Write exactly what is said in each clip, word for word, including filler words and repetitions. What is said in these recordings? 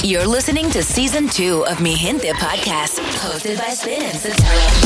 You're listening to Season two of Mi Gente Podcast, hosted by Spin and Sotelo.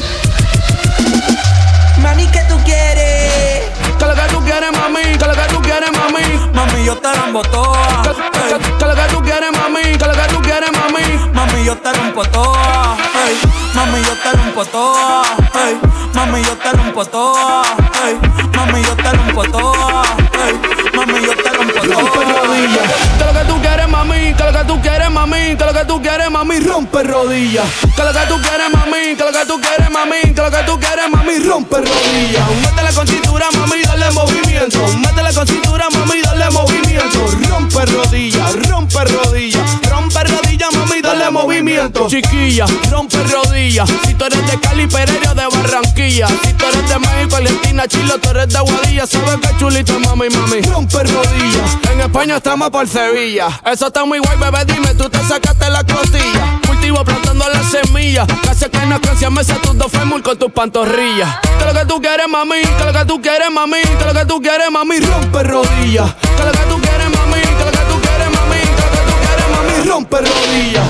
Mami, ¿qué tú quieres? ¿Qué lo que tú quieres, mami? ¿Qué lo que tú quieres, mami? Mami, yo te la rompo toda. ¿Qué, qué, qué lo que tú quieres, mami? ¿Qué lo que tú quieres, mami? Mami, yo te rompo toda. Hey. Mami, yo te rompo toda. Hey. Mami, yo te rompo toda. Hey. Mami, yo te rompo toda. Hey. Mami, yo te rompo toda. Rompe rodillas. ¿Qué lo que tú quieres, mami? ¿Qué lo que tú quieres, mami? ¿Qué lo que tú quieres, mami? Rompe rodillas. ¿Qué lo que tú quieres, mami? ¿Qué lo que tú quieres, mami? ¿Qué lo que tú quieres, mami? Rompe rodillas. Métele con cintura, mami, dale movimiento. Métele con cintura, mami, dale movimiento. Rompe rodillas, rompe rodillas. Rompe rodillas, mami, dale movimiento. Chiquilla, rompe rodillas. Si tú eres de Cali, Pereira, de Barranquilla. Si tú eres de México, Argentina, Chile, tú eres de Aguadilla. Sabes que chulito, mami, mami. Rompe rodillas. En España estamos por Sevilla. Eso está muy guay, bebé, dime, tú te sacaste la costilla. Cultivo plantando las semillas. Casi que no canción me sé tus dos fémur con tus pantorrillas. ¿Qué lo que tú quieres, mami? ¿Qué lo que tú quieres, mami? ¿Qué lo que tú quieres, mami? Rompe rodillas. ¿Qué lo que tú quieres, mami? ¿Qué lo que tú quieres, mami? ¿Qué lo que tú quieres, mami? Rompe rodillas.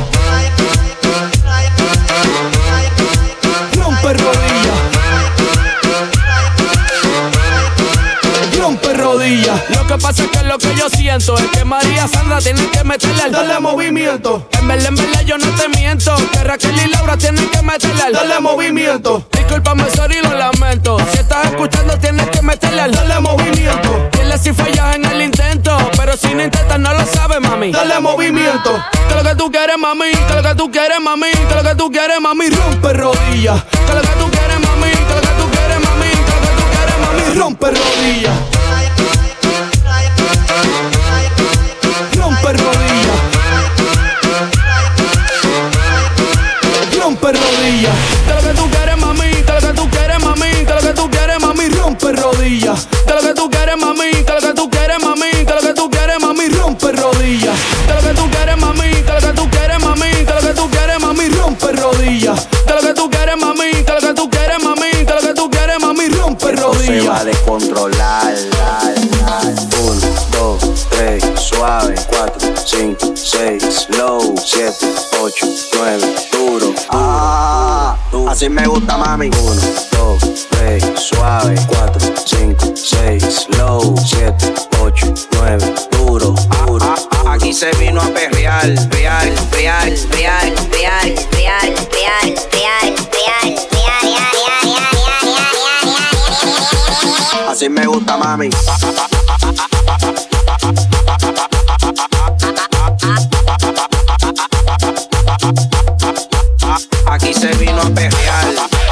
Rompe rodillas. Rompe rodillas. Lo que pasa es que lo que yo siento es que María Sandra tiene que meterle al dale movimiento. En verdad, en verdad yo no te miento. Que Raquel y Laura tienen que meterle al dale movimiento. Discúlpame, sorry, lo lamento. Si estás escuchando tienes que meterle al dale movimiento. Dile si fallas en el intento, pero si no intentas no lo sabes, mami. Dale movimiento. Que lo que tú quieres, mami. Que lo que tú quieres, mami. Que lo que tú quieres, mami. Rompe rodillas. Que lo que tú quieres, mami. Que lo que tú quieres, mami. Que lo que tú quieres, mami. Rompe rodillas. Rompe rodillas. Rompe rodillas. Que lo que tú quieres, mami. Que lo que tú quieres, mami. Que lo que tú quieres, mami. Rompe rodillas. Que lo que tú quieres, mami. Que lo que tú quieres, mami. Que lo que tú quieres, mami. Rompe rodillas. Que lo que tú quieres, mami. Que lo que tú quieres, mami. Que lo que tú quieres, mami. Rompe rodillas. Que lo que tú quieres, mami. Que lo que tú quieres, mami. Que lo que tú quieres, mami. Rompe rodillas. Se va a descontrolar. Uno, dos, tres, suave. Cuatro, cinco, seis, slow. Siete, ocho, nueve, duro. Ah, así me gusta, mami. Uno, dos, tres, suave. Cuatro, cinco, seis, slow. Siete, ocho, nueve, duro, duro. Ah, ah, aquí se vino a perrear, real, real, real, real, real, real, real, real, real. Así me gusta, mami. Aquí se vino a perrear.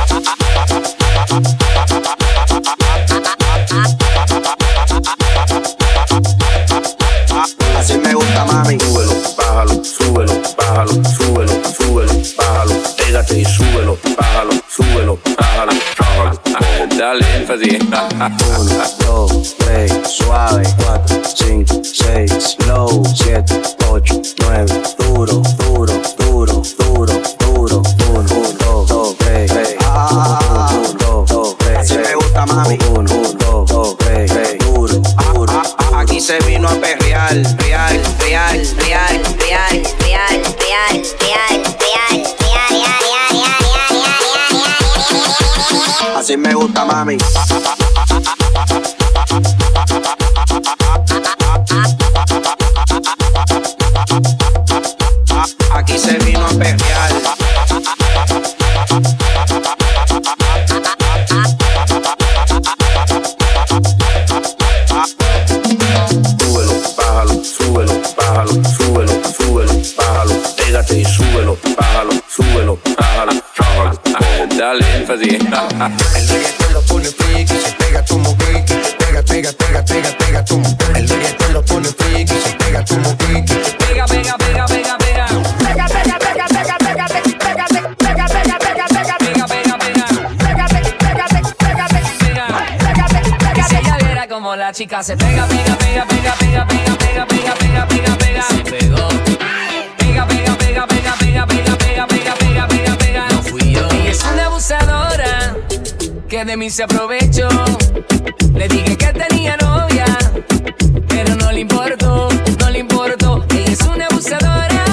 Así me gusta, mami. Súbelo, bájalo, súbelo, bájalo, súbelo, súbelo, bájalo. Pégate y súbelo, bájalo, súbelo, bájalo, bájalo. Dale énfasis. Uno, dos, tres, suave. Cuatro, cinco, seis, slow. Siete, ocho, nueve, duro, duro, duro, duro, duro. Uno, dos, dos, tres, tres. Ah, uno, dos, dos, tres. Así me gusta, mami. Uno, dos, dos, tres, tres. Duro, duro. Aquí se vino a perrear, real, real, real, real, real, real, real, real, real. Así me gusta, mami. Aquí se vino a perrear. Súbelo, bájalo, súbelo, bájalo, súbelo, súbelo, bájalo. Pégate y súbelo, bájalo, súbelo, bájalo, bájalo. Dale énfasis. El reggaetón lo pone freaky, se pega como Kiki. Pega, pega, pega, pega, pega como. El reggaetón lo pone freaky, se pega como Kiki. Pega, pega, pega, pega, pega. Pega, pega, pega, pega, pega, pega, pega, pega, pega, pega, pega, Pega, pega, pega. pégate, pégate, pégate, pégate, Y si pégate. ella viera como la chica se pega, pega, pega, pega, pega, pega, pega, pega, pega, pega, pega. Se pegó. Pega, pega, pega, pega, pega, pega, pega, pega, pega, pega, pega. No fui yo. Ella es una abusadora que de mí se aprovechó. Le dije que tenía novia, pero no le importó, no le importó. Ella es una abusadora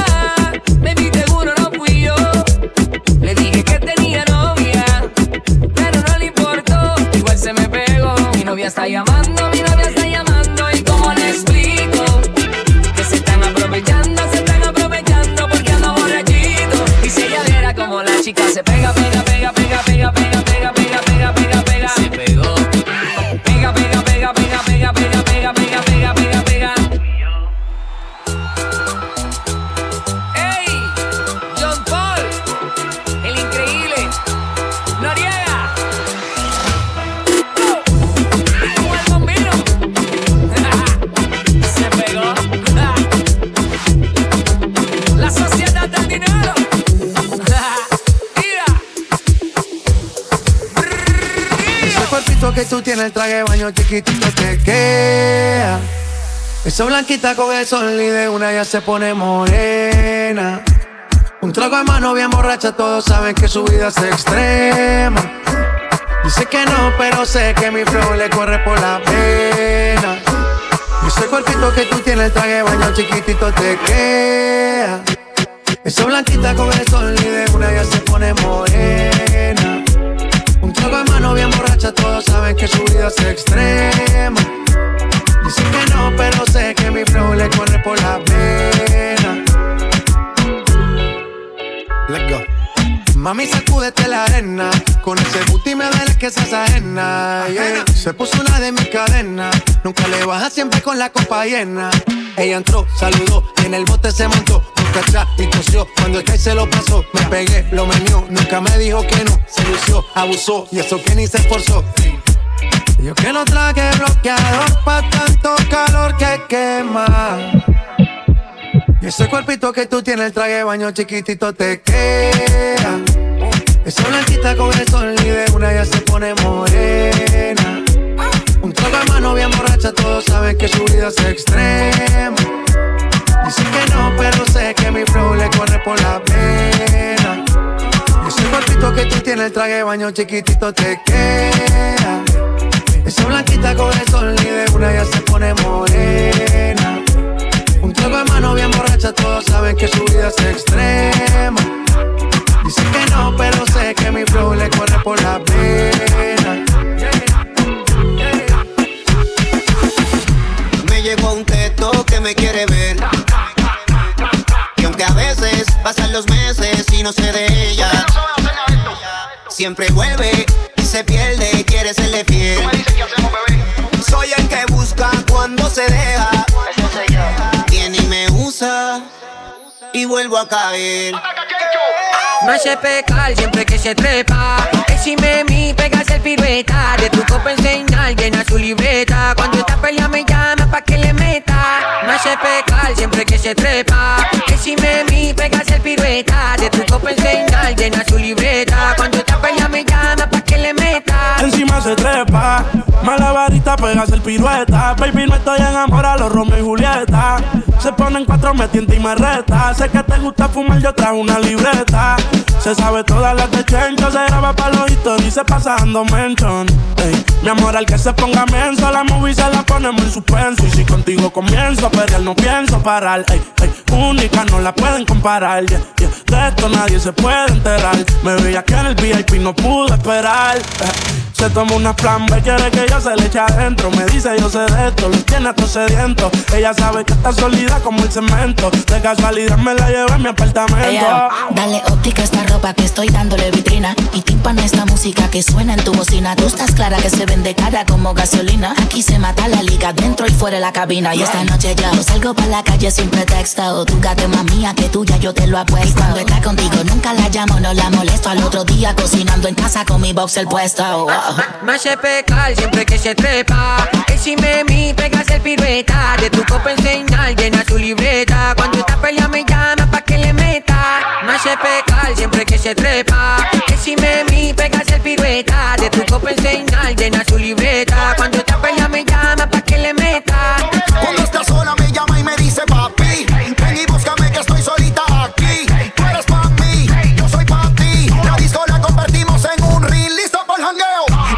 que tú tienes, el traje de baño chiquitito te queda. Esa blanquita con el sol y de una ya se pone morena. Un trago en mano bien borracha, todos saben que su vida es extrema. Dice que no, pero sé que mi flow le corre por la pena. Y ese cuerpito que tú tienes, el traje de baño chiquitito te queda. Esa blanquita con el sol y de una ya se pone morena. Un trago en mano bien borracha, todos saben que su vida es extrema. Dice que no, pero sé que mi flow le corre por la pena. Let's go. Mami, sacúdete la arena. Con ese booty me duele que seas ajena, yeah. Se puso una de mis cadenas. Nunca le baja, siempre con la copa llena. Ella entró, saludó, y en el bote se montó. Nunca atrás y tosió, cuando el que se lo pasó. Me pegué, lo menió, nunca me dijo que no. Se lució, abusó, y eso que ni se esforzó. Yo que no traje bloqueador pa' tanto calor que quema. Y ese cuerpito que tú tienes, el traje de baño chiquitito te queda. Esa blanquita con el sol y de una ya se pone morena. Un trago de mano bien borracha, todos saben que su vida es extrema. Dice que no, pero sé que mi flow le corre por la pena. Y ese cuerpito que tú tienes, el traje de baño chiquitito te queda. Esa blanquita con el sol y de una ya se pone morena. Un trago de mano bien borracha, todos saben que su vida es extrema. Dice que no, pero sé que mi flow le corre por la pena. Me llegó un texto que me quiere ver. Y aunque a veces pasan los meses y no sé de ella, siempre vuelve y se pierde, quiere serle fiel. Soy el que busca cuando se deja. Viene y me usa y vuelvo a caer. Me hace pecar siempre que se trepa. Decime mi, pegas el pirueta. De tu copa enseñar, llena su libreta. Cuando esta pelea me llama pa' que le meta. Me hace pecar siempre que se trepa. Decime mi, pegas el pirueta. De tu copa enseñar, llena su libreta. Cuando esta pelea me llama pa' que le meta. Encima se trepa, malabarista, pegas el pirueta. Baby, no estoy enamorado, los Romeo y Julieta. Se ponen cuatro, me tienta y me reta. Sé que te gusta fumar, yo trajo una libreta. Se sabe todas las de Chencho, se graba pa' los historias y se pasa dando mention. Ey, mi amor, al que se ponga menso, la movie se la ponemos en suspenso. Y si contigo comienzo a pelear, no pienso parar. Ey, ey, única, no la pueden comparar. Yeah, yeah. De esto nadie se puede enterar. Me veía que en el V I P no pude esperar. Eh. Se toma una plan B, quiere que yo se le eche adentro. Me dice yo sé de esto, lo tiene todo sediento. Ella sabe que está sólida como el cemento. De casualidad me la llevo a mi apartamento. Hey, dale óptica a esta ropa que estoy dándole vitrina. Y tímpana esta música que suena en tu bocina. Tú estás clara que se vende cara como gasolina. Aquí se mata la liga dentro y fuera de la cabina. Y esta noche yo salgo pa' la calle sin pretexto. Tu gata es más mía que tuya, yo te lo apuesto. Y cuando está contigo nunca la llamo, no la molesto. Al otro día cocinando en casa con mi boxer puesto. Oh. Me hace pecar siempre que se trepa. Decime mi, pegas el pirueta. De tu copa enseñar, llena su libreta. Cuando esta pelea me llama pa' que le meta. Me hace pecar siempre que se trepa. Decime mi, pegas el pirueta. De tu copa enseñar, llena su libreta. Cuando esta pelea me llama pa' que le meta. Cuando estás sola me llama y me dice papi, ven y búscame que estoy solita aquí. Tú eres pa' mí, yo soy pa' ti. La disco la convertimos en un reel, listo para el jangueo.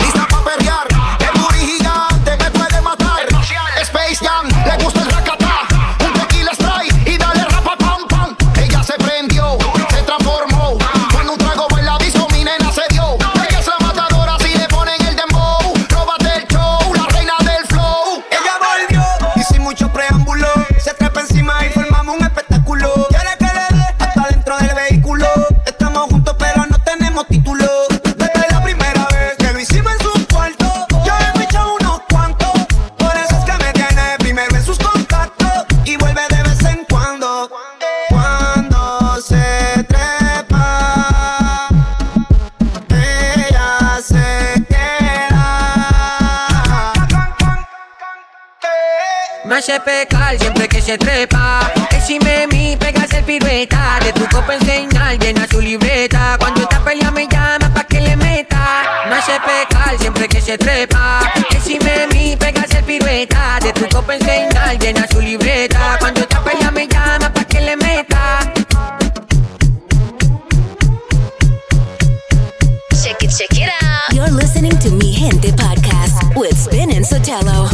Le gusta el racatá, un tequila spray y dale rapa pam pam. Ella se prendió, se transformó. Cuando un trago en la disco mi nena se dio. Ella es la matadora si le ponen el dembow. Róbate el show, la reina del flow. Ella volvió y sin mucho preámbulo se trepa encima y formamos un espectáculo. Quiere que le dé hasta dentro del vehículo. Estamos juntos pero no tenemos título. Desde la primera vez que lo hicimos en su cuarto, yo he echado unos cuantos. Por eso es que me tiene primero en sus contactos y vuelve de vez en cuando. Cuando se trepa, ella se queda. Me hace pecar siempre que se trepa. Decime mi, pegas el pirueta. De tu copa enseñar, llena su libreta. Cuando esta pelea me llama pa' que le meta. Me hace pecar siempre sé que se trepa. Decime mi, pegas el pirueta. De tu copa enseña, llena su libreta. Cuando esta pelea me llama pa' que le meta. Check it, check it out. You're listening to Mi Gente Podcast with Spin and Sotelo.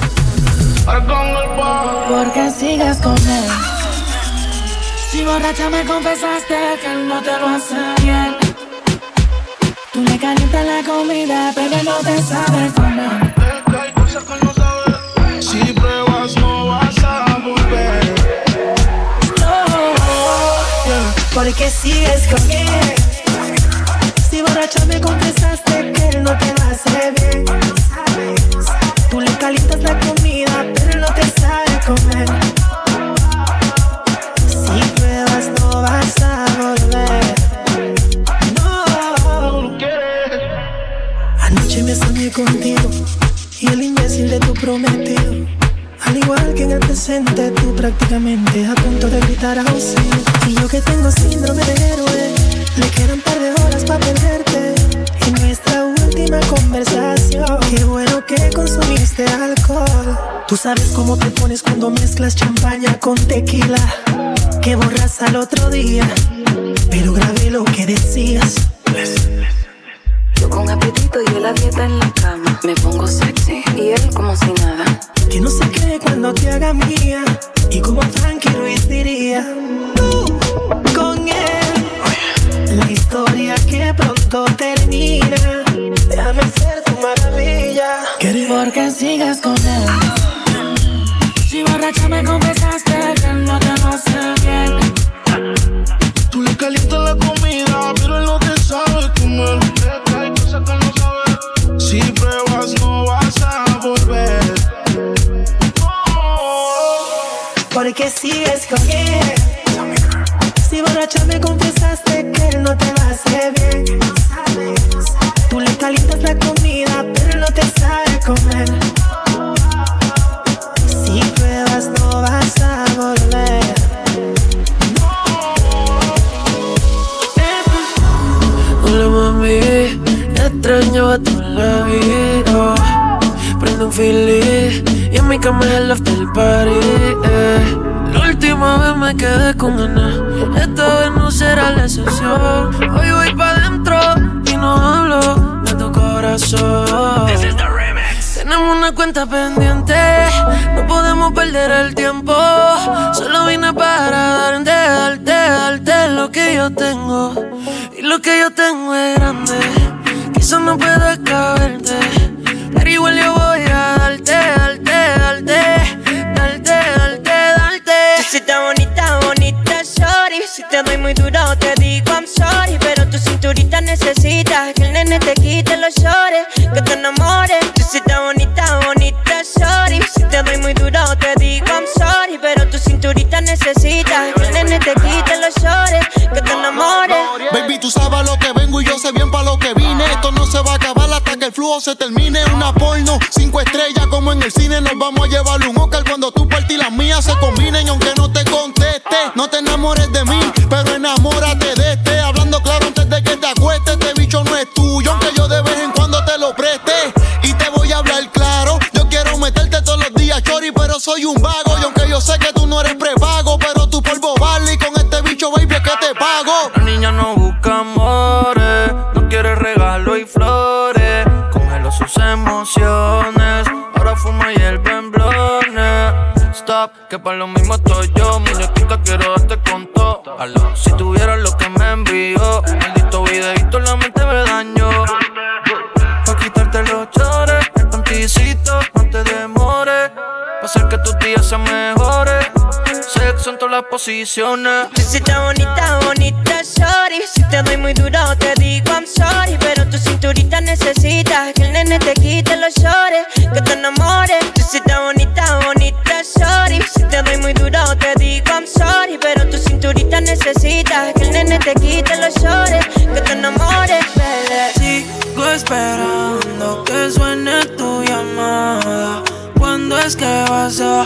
Porque sigues con él. Si borracha me confesaste que él no te lo hace bien. Tú le calientas la comida, pero él no te sabe comer. Hay cosas que no sabes. Si pruebas no vas a volver. No, yeah. Porque sigues con él. Si borracha me confesaste que él no te lo hace bien. Tú le calientas la comida, pero él no te sabe comer. Si pruebas no vas a volver. No. Anoche me soñé contigo y el imbécil de tu prometido. Al igual que en el presente, tú prácticamente a punto de gritar auxilio. Y yo que tengo síndrome de héroe, le quedan un par de horas para perderte. En nuestra última conversación, qué bueno que consumiste alcohol. Tú sabes cómo te pones cuando mezclas champaña con tequila. Que borras al otro día, pero grabé lo que decías. Yo con apetito y él a dieta en la cama. Me pongo sexy y él como si nada. Que no se cree cuando te haga mía. Y como Frankie Ruiz diría, tú con él, la historia que pronto termina. Déjame ser tu maravilla. Porque sigues con él. Si borracha me confesaste que él no te lo hace bien. Tú le calientas la comida, pero él no te sabe comer. Hay cosas que no sabes. Si pruebas no vas a volver. Porque sigues con él. Si borracha me confesaste que él no te lo hace bien. Tú le calientas la comida, pero él no te sabe comer. Si pruebas no vas a volver. Hola mami, extrañaba toda la vida. Prendo un fili y en mi cama es el after party, eh. La última vez me quedé con ganas, esta vez no será la excepción. Hoy voy pa' dentro y no hablo de tu corazón. This is the remix. Tenemos una cuenta pendiente, no podemos perder el tiempo. Solo vine para darte, darte, darte lo que yo tengo. Y lo que yo tengo es grande, quizás no pueda caberte, pero igual yo voy a darte, darte, darte, darte, darte, darte. Tú sí estás bonita, bonita, sorry. Si te doy muy duro te digo I'm sorry. Pero tu cinturita necesita que el nene te quite los shorts, que te enamores. Tú sí estás bonita, bonita, sorry. Si te doy muy duro te digo I'm sorry. Pero tu cinturita necesita que el nene te quite los shorts, que te enamores. Baby, tú sabes lo que vengo y yo sé bien pa' lo que vine. Esto no se va a acabar hasta que el flujo se termine. Una porno, cinco estrellas como en el cine. Nos vamos a llevar un Oscar cuando tu parte y las mías se combinen. Y aunque no te conteste, no te enamores de mí, pero enamórate de este. Hablando claro antes de que te acuestes, este bicho no es tuyo, aunque yo de vez en cuando te lo preste. Y te voy a hablar claro, yo quiero meterte todos los días, chori, pero soy un vago. Y aunque yo sé que tú no eres prepago, pero tu polvo vale y con este bicho, baby, es que te pago. La niña no busca amores, no quiere regalo y flores. Congeló sus emociones, ahora fuma hierba en blones. Stop, que pa' lo mismo estoy yo. Muñequita, quiero darte con todo. Aló, si tuvieras lo que me envió, maldito videito en la mente me dañó. Pa' quitarte los chores, el panticito, no te demores. Pa' hacer que tus días sean mejores. Sexo en todas las posiciones. Tú sí estás bonita, bonita, sorry. Si te doy muy duro te digo I'm sorry. Pero tu cinturita necesita que el nene te quite los shorts, que te enamores. Tú sí estás bonita, bonita, sorry. Si te doy muy duro te digo I'm sorry. Pero tu cinturita necesita que el nene te quite los shorts, que te enamores, baby. Sigo esperando que suene tu llamada. ¿Cuándo es que vas a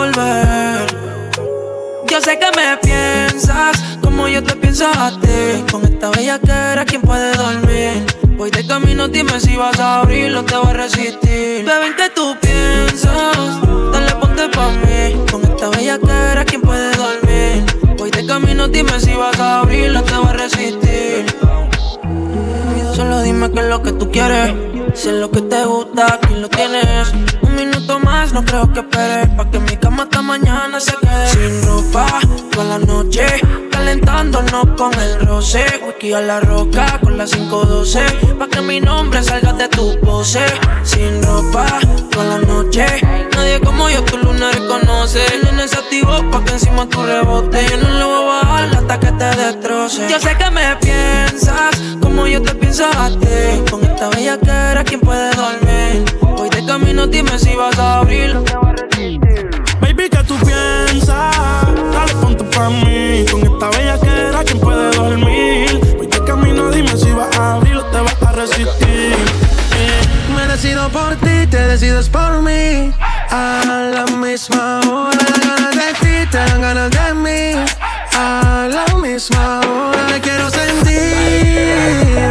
volver? Yo sé que me piensas como yo te pienso a ti. Con esta bellaquera, ¿quién puede dormir? Voy de camino, dime si vas a abrirlo, te voy a resistir. Bebé, ¿en qué tú piensas? Dale, ponte pa' mí. Con esta bellaquera, ¿quién puede dormir? Voy de camino, dime si vas a abrirlo, te voy a resistir. Solo dime qué es lo que tú quieres. Si es lo que te gusta, aquí lo tienes. Un minuto más, no creo que esperes. Pa' que mi cama hasta mañana se quede sin ropa toda la noche, calentándonos con el roce. Whisky a la roca con la cinco doce. Pa' que mi nombre salga de tu pose. Sin ropa toda la noche. Nadie como yo tu luna reconoce. No es activo pa' que encima tu rebote. Yo no lo voy a bajar hasta que te destroce. Yo sé que me piensas como yo te pienso a ti. Con esta bellaquera, ¿quién puede dormir? Voy de camino, dime si vas a abrir. Baby, ¿qué tú piensas? Dale, ponte pa' mí. Con esta bellaquera, ¿quién puede dormir? Voy de camino, dime si vas a abrir o te vas a resistir. Me decido por ti, te decides por mí. A la misma hora, dan ganas de ti, te dan ganas de mí. A la misma hora, me quiero sentir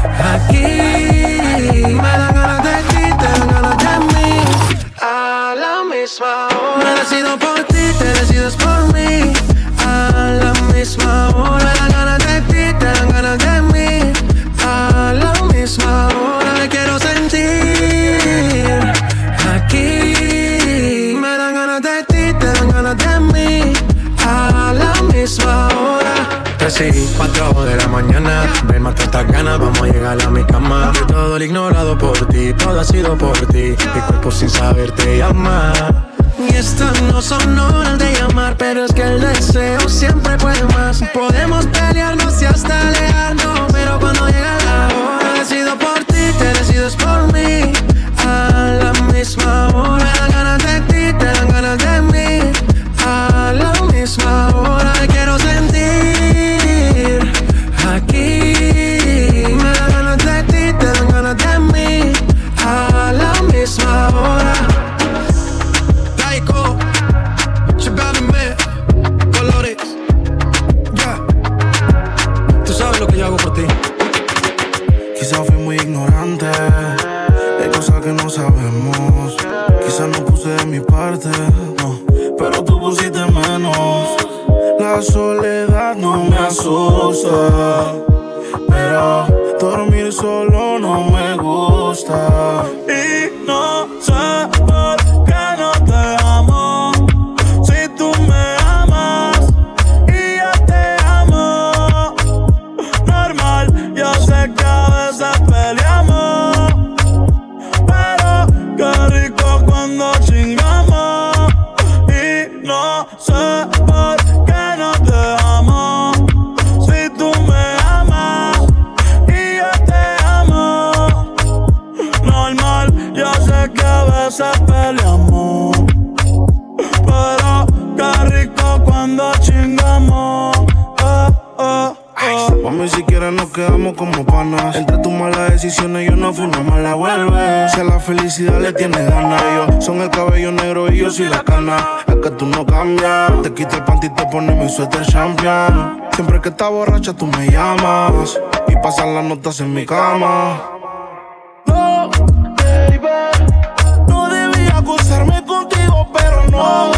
aquí. Me dan ganas de ti, te dan ganas de mí. A la misma hora, me decido por ti, te decides por mí. A la misma hora, me dan ganas de ti, te dan ganas de mí. A la misma hora, me quiero sentir aquí. Me dan ganas de ti, te dan ganas de mí. A la misma hora. Tres y cuatro de la mañana. Ven, mata estas ganas, vamos a llegar a mi cama. De todo el ignorado por ti, todo ha sido por ti. Mi cuerpo sin saber te llama. Y estas no son horas de llamar, pero es que el deseo siempre puede más. Podemos pelearnos y hasta alejarnos, pero cuando llega la hora, decido por ti, te decides por mí. A la misma hora, me dan ganas de ti, te dan ganas de mí. A la misma hora, me quiero sentir aquí. Me dan ganas de ti, te dan ganas de mí. A la misma hora. Taiko, Chibabime, Colores. Ya, yeah. Tú sabes lo que yo hago por ti. Quizás fui muy ignorante, hay cosas que no sabemos. Quizás no puse de mi parte, no, pero tú pusiste menos. La soledad no me asusta, pero dormir solo no me gusta. Y no sé por qué no te amo, si tú me amas y yo te amo. Normal, yo sé que a veces peleamos, pero qué rico cuando chingamos. Y no sé por qué no te amo, si tú me amas y yo te amo. Normal, yo sé que a veces peleamos, pero qué rico cuando chingamos. Oh, oh, oh. Mami, si quieres nos quedamos como panas. Entre tus malas decisiones yo no fui una mala vuelve. Si a la felicidad le tienes ganas, yo son el cabello negro y yo soy la cana. Es que tú no cambias, te quito el panty y te pones mi suéter champion. Siempre que estás borracha tú me llamas y pasan las notas en mi cama. No, baby, no debía acostarme contigo, pero no.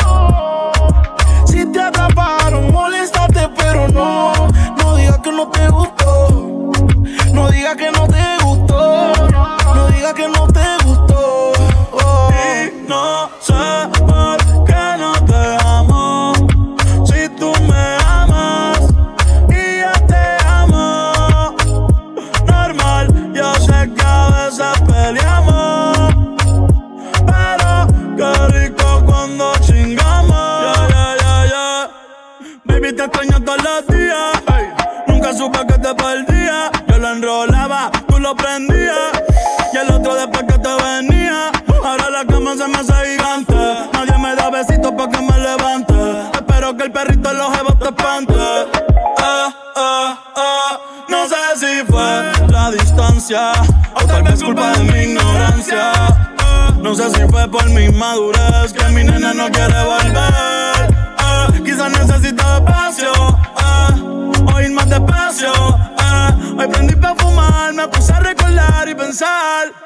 Si te atraparon, moléstate, pero no. No digas que no te gustó, no digas que no te gustó, no digas que no te gustó. Oh. Y no sé por qué no te amo, si tú me amas y yo te amo. Normal, yo sé que a veces peleamos, pero qué rico cuando chingamos. Yeah, yeah, yeah, yeah. Baby, te extraño todos los días. Hey. Nunca supe que te perdía. Yo lo enrolaba, tú lo prendías, y el otro después que te venía. Ahora la cama se me hace gigante. Nadie me da besitos pa' que me levante. Espero que el perrito en los jebos te espante. Eh, eh, eh. No sé si fue la distancia o tal vez culpa de mi ignorancia. Eh, no sé si fue por mi inmadurez que mi nena no quiere volver. Eh, quizás necesita espacio, eh, o ir más despacio. Eh, hoy prendí pa' fumar, me puse a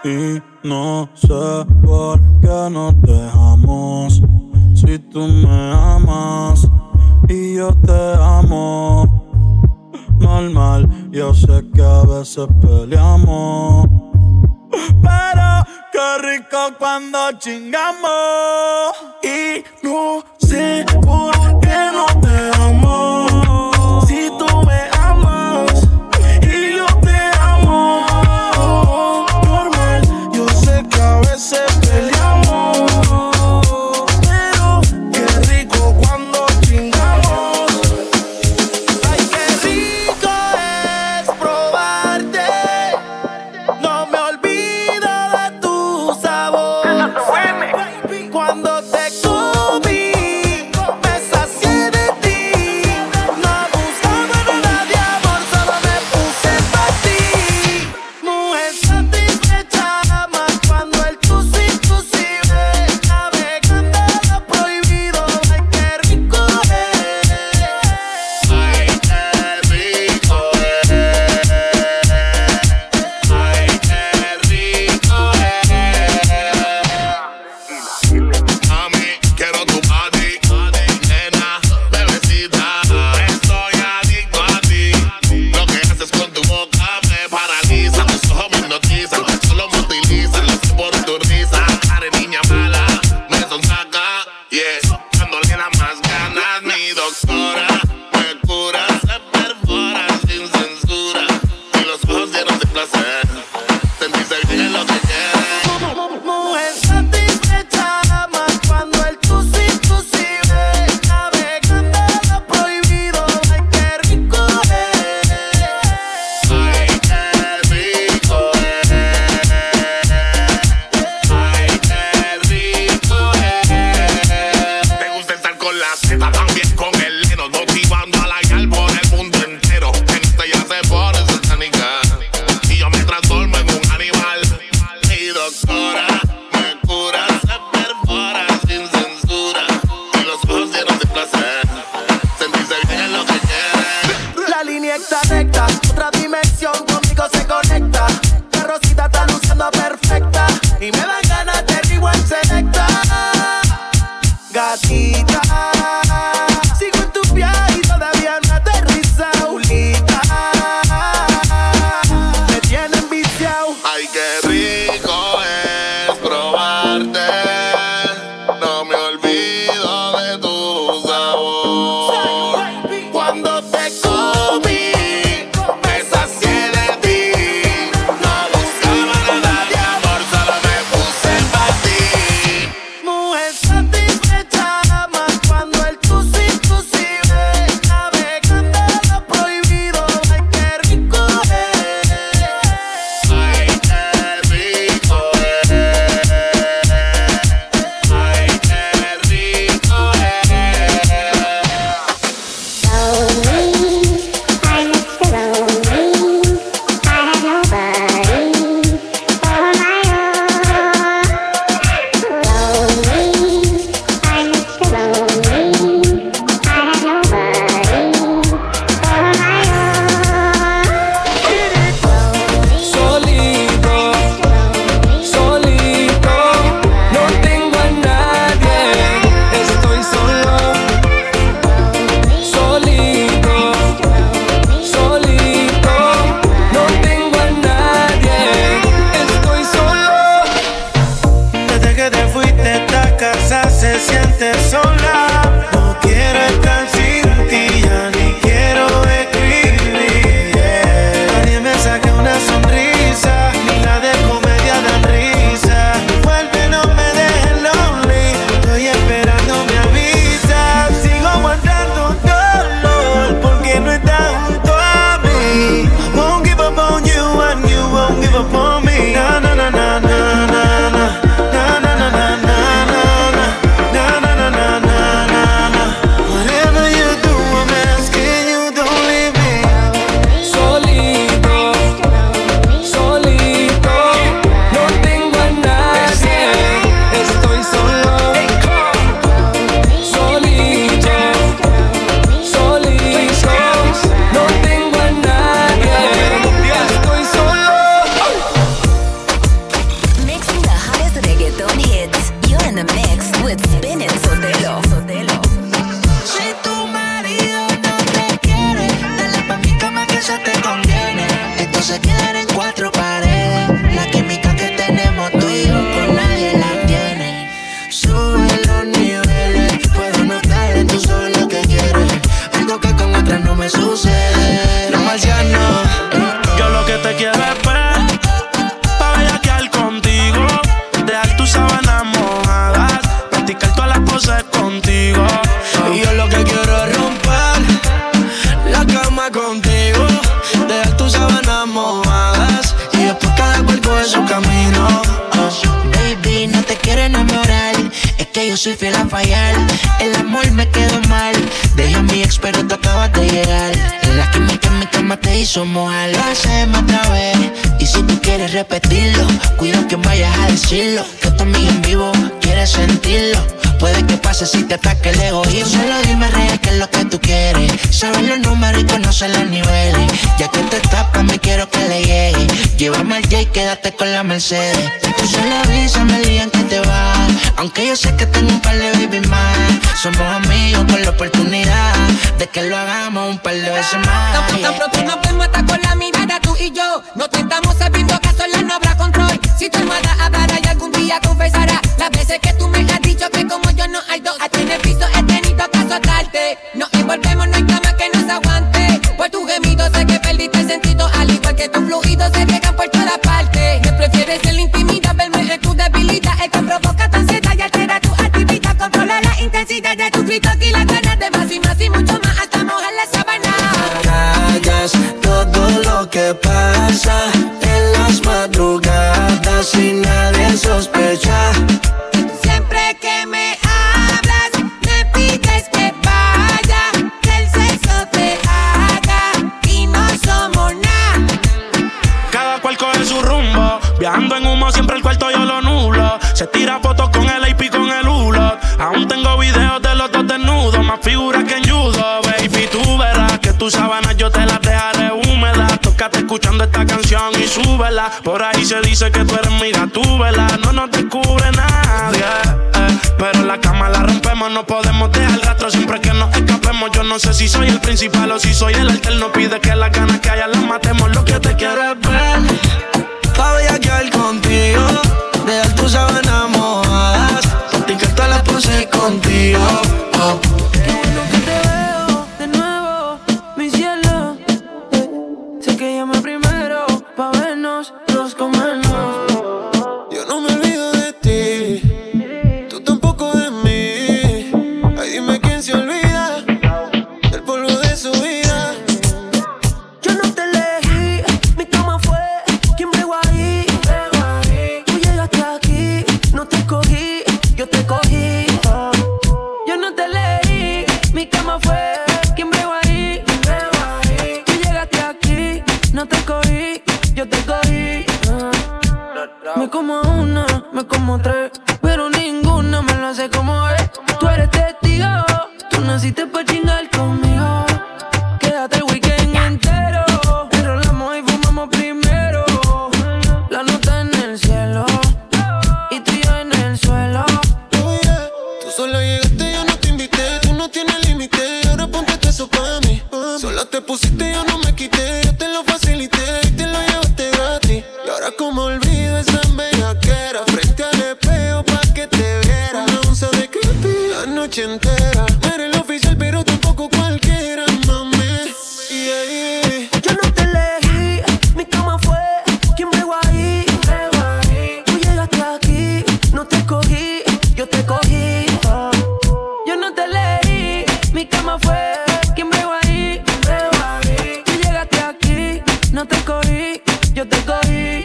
Y no sé por qué nos dejamos. Si tú me amas y yo te amo. Normal, yo sé que a veces peleamos, pero qué rico cuando chingamos. Y no sé por qué no te amo. Si tú me amas y yo te amo. Normal, yo sé que a veces peleamos, pero qué rico cuando chingamos. Ay, qué rico es probarte. No me olvido de tu sabor. Cuando te comí, me sacié de ti. No buscaba nada de amor, solo me puse pa' ti. Mujer satisfecha, más cuando el tú sí, tú sí ves. Navegando lo prohibido, ay, qué rico es. Ay, qué rico es. Ay, qué rico es. Mami, quiero tu body, nena, bebecita. Estoy adicto a ti. Lo que haces con tu boca me paraliza. Tus ojos me hipnotizan, solo me utilizan. Lo sé por tu risa. Eres niña mala, me sonsaca. Yeah, dándole las más ganas. Mi doctora me cura, se perfora sin censura. Y los ojos llenos de placer. Sentirse bien es lo que quieres. Mujer satisfecha, más cuando el tú sí, tú sí ves. Navegando lo prohibido, ay, qué rico es. Ay, qué rico es. Ay, qué rico es. Te gusta estar con la Z, también con el Leno, motivando a la yal por el mundo entero. En este ya se pone satánica y yo me transformo en un animal. Mi doctora me cura, se perfora sin censura. Y los ojos llenos de placer. Sentirse bien es lo que quieres. La línea está recta, otra dimensión conmigo se conecta. La rosita está luciendo perfecta y me dan ganas de rewind selecta. Gatita, sigo en tu viaje y todavía no aterriza. Ulita, me tienen viciado. Ay, qué rico es probarte. No me olvido de tu sabor. Cuando te comí, me se quedan en cuatro paredes. La química que tenemos tú y yo con nadie la tiene. Sube los niveles, puedo notar en tus ojos lo que quieres. Algo que con otras no me sucede. No marciano. Yo lo que te quiero es ver, pa' bellaquear contigo, dejar tus sábanas mojadas, practicar todas las poses contigo. Y yo lo que quiero es romper la cama contigo, dejar tus sábanas mojadas y después cada cual coge su camino. Baby, no te quiero enamorar, es que yo soy fiel a fallar. El amor me quedó mal, dejé a mi ex pero tú acabas de llegar. La química en mi cama te hizo mojar. Lo hacemos otra vez, y si tú quieres repetirlo, cuida que vayas a decirlo, que tu amiga en vivo quiere sentirlo. Puede que pase si te ataque el egoísmo. Solo dime real qué es lo que tú quieres. Sabes los números y conocer los niveles. Ya que te tapas me quiero que le llegue. Llévame al J y quédate con la Mercedes. Tú solo avísame el día en que te vas, aunque yo sé que tengo un par de baby más. Somos amigos con la oportunidad de que lo hagamos un par de veces más. Tan, tan pronto nos vemos hasta con la mirada tú y yo. No te estamos sabiendo que sola no habrá control. Si tu hermana hablará y algún día confesará las veces que tú me has dicho que como yo no hay dos. A ti en el piso he tenido que azotarte. Nos envolvemos, no hay cama que nos aguante. Por tu gemido sé que perdiste el sentido, al igual que tus fluidos se riegan por toda parte. Me prefieres en la intimidad, verme en tu debilidad. Es que provoca tu ansiedad y altera tu actividad. Controla la intensidad de tu grito y las ganas de más y más y mucho más hasta mojar la sábana. Callas todo lo que pasa en las madrugadas y nadie sospecha. Siempre que me hablas, me pides que vaya, que el sexo te haga y no somos nada. Cada cual coge su rumbo, viajando en humo siempre el cuarto yo lo nulo. Se tira fotos con el A P con el hulo. Aún tengo videos de los dos desnudos, más figuras que en judo. Baby, tú verás que tus sábanas yo te las dejaré húmedas. Tócate escuchando esta canción y súbela. Por ahí se dice que tú eres mi gatúbela. No nos descubre nadie, eh, pero en la cama la rompemos. No podemos dejar rastro siempre que nos escapemos. Yo no sé si soy el principal o si soy el alterno. Pide que las ganas que haya las matemos. Lo que te quiero es ver, pa' bellaquear contigo, dejar tus sábanas mojadas, practicar todas las poses contigo. Oh. Qué bueno que te veo de nuevo, mi cielo. Eh, sé que llamé primero pa' vernos, los comernos. Yo no me olvido de ti, tú tampoco de mí. Ay, dime quién se olvida del polvo de su vida. Yo no te elegí, mi cama fue quien bregó ahí. Tú llegaste aquí, no te escogí, yo te cogí. Yo no te elegí, mi cama fue quien bregó ahí. Tú llegaste aquí, no te escogí, yo te cogí. Me como una, me como tres, pero ninguna me lo hace como es. Tú eres testigo, tú naciste pa' chingar conmigo. Quédate el weekend entero, enrolamos y fumamos primero. La nota en el cielo, y tú y yo en el suelo. Oh, yeah. Tú solo llegaste, yo no te invité. Tú no tienes límite, ahora ponte eso pa' mí. Sola te pusiste, yo no me quité. Yo te lo facilité y te lo llevaste gratis. Y ahora como olvido esa bellaquera, frente al espejo pa' que te viera. Una onza de creepy la noche entera. No eres el oficial, pero tampoco cualquiera, mami. Yeah, yeah. Yo no te elegí, mi cama fue quien bregó ahí. Tú llegaste aquí, no te escogí, yo te cogí. Yo no te elegí, mi cama fue quien bregó ahí. Tú llegaste aquí, no te escogí, yo te cogí.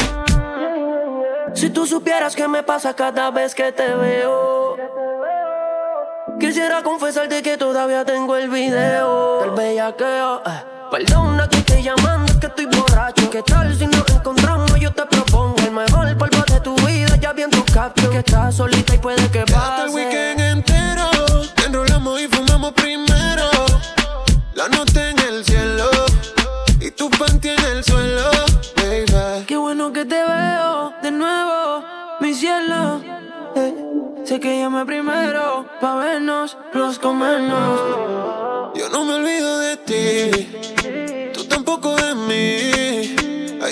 Si tú supieras qué me pasa cada vez que te veo, quisiera confesarte que todavía tengo el video del bellaqueo. eh. Perdona que estoy llamando, es que estoy borracho. ¿Qué tal si nos encontramos? Yo te propongo el mejor polvo de tu vida. Ya vi en tu caption que estás solita y puede que Quédate el pase. weekend entero, enrolamos y fumamos primero. La nota en el cielo y tu panty en el suelo, baby. Qué bueno que te veo de nuevo, mi cielo. Eh, sé que llamé primero pa' vernos, los comernos. Yo no me olvido de ti, tú tampoco de mí.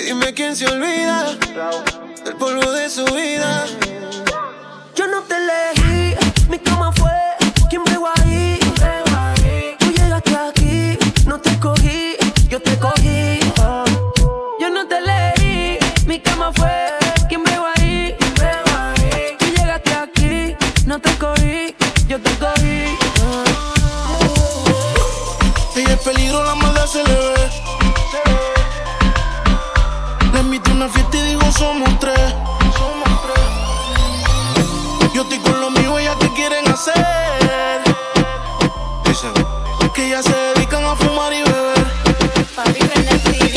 Dime quién se olvida del polvo de su vida. Yo no te elegí, mi cama fue quien bregó ahí. Tú llegaste aquí, no te escogí, yo te cogí. Yo no te elegí, mi cama fue quien bregó ahí. Tú llegaste aquí, no te escogí, yo te cogí. Ella es peligro, la maldad se le ve. Le invito a una fiesta y digo somos tres. Yo estoy con lo mío, ellas te quieren hacer. Dicen que ellas se dedican a fumar y beber. Papi, prende el T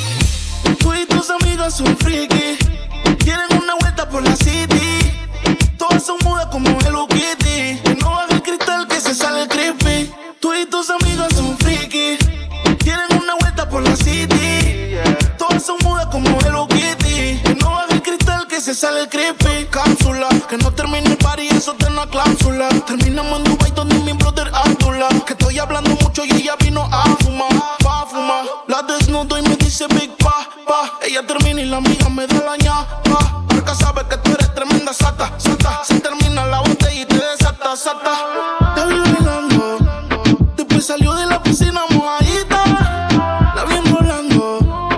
V. Tú y tus amigas son friki. Quieren una vuelta por la city. Todas son mudas como Hello Kitty. Que no baja el cristal que se sale creepy. Tú y tus amigas son friki. Quieren una vuelta por la city. Todas son mudas como Hello Kitty. Que no baja el cristal que se sale creepy. Cápsula, que no termine el party, eso tiene una cláusula. Terminamos en Dubai donde mi brother Abdullah. Que estoy hablando mucho y ella vino a fumar, pa' fumar. La desnudo y me dice Big Pa, pa. Ella termina y la amiga me da la ñapa. Porque sabe que tú eres tremenda sata, sata. Se termina la botella y te desata, sata. Te vi bailando, después salió de la piscina mojadita. La vi enrolando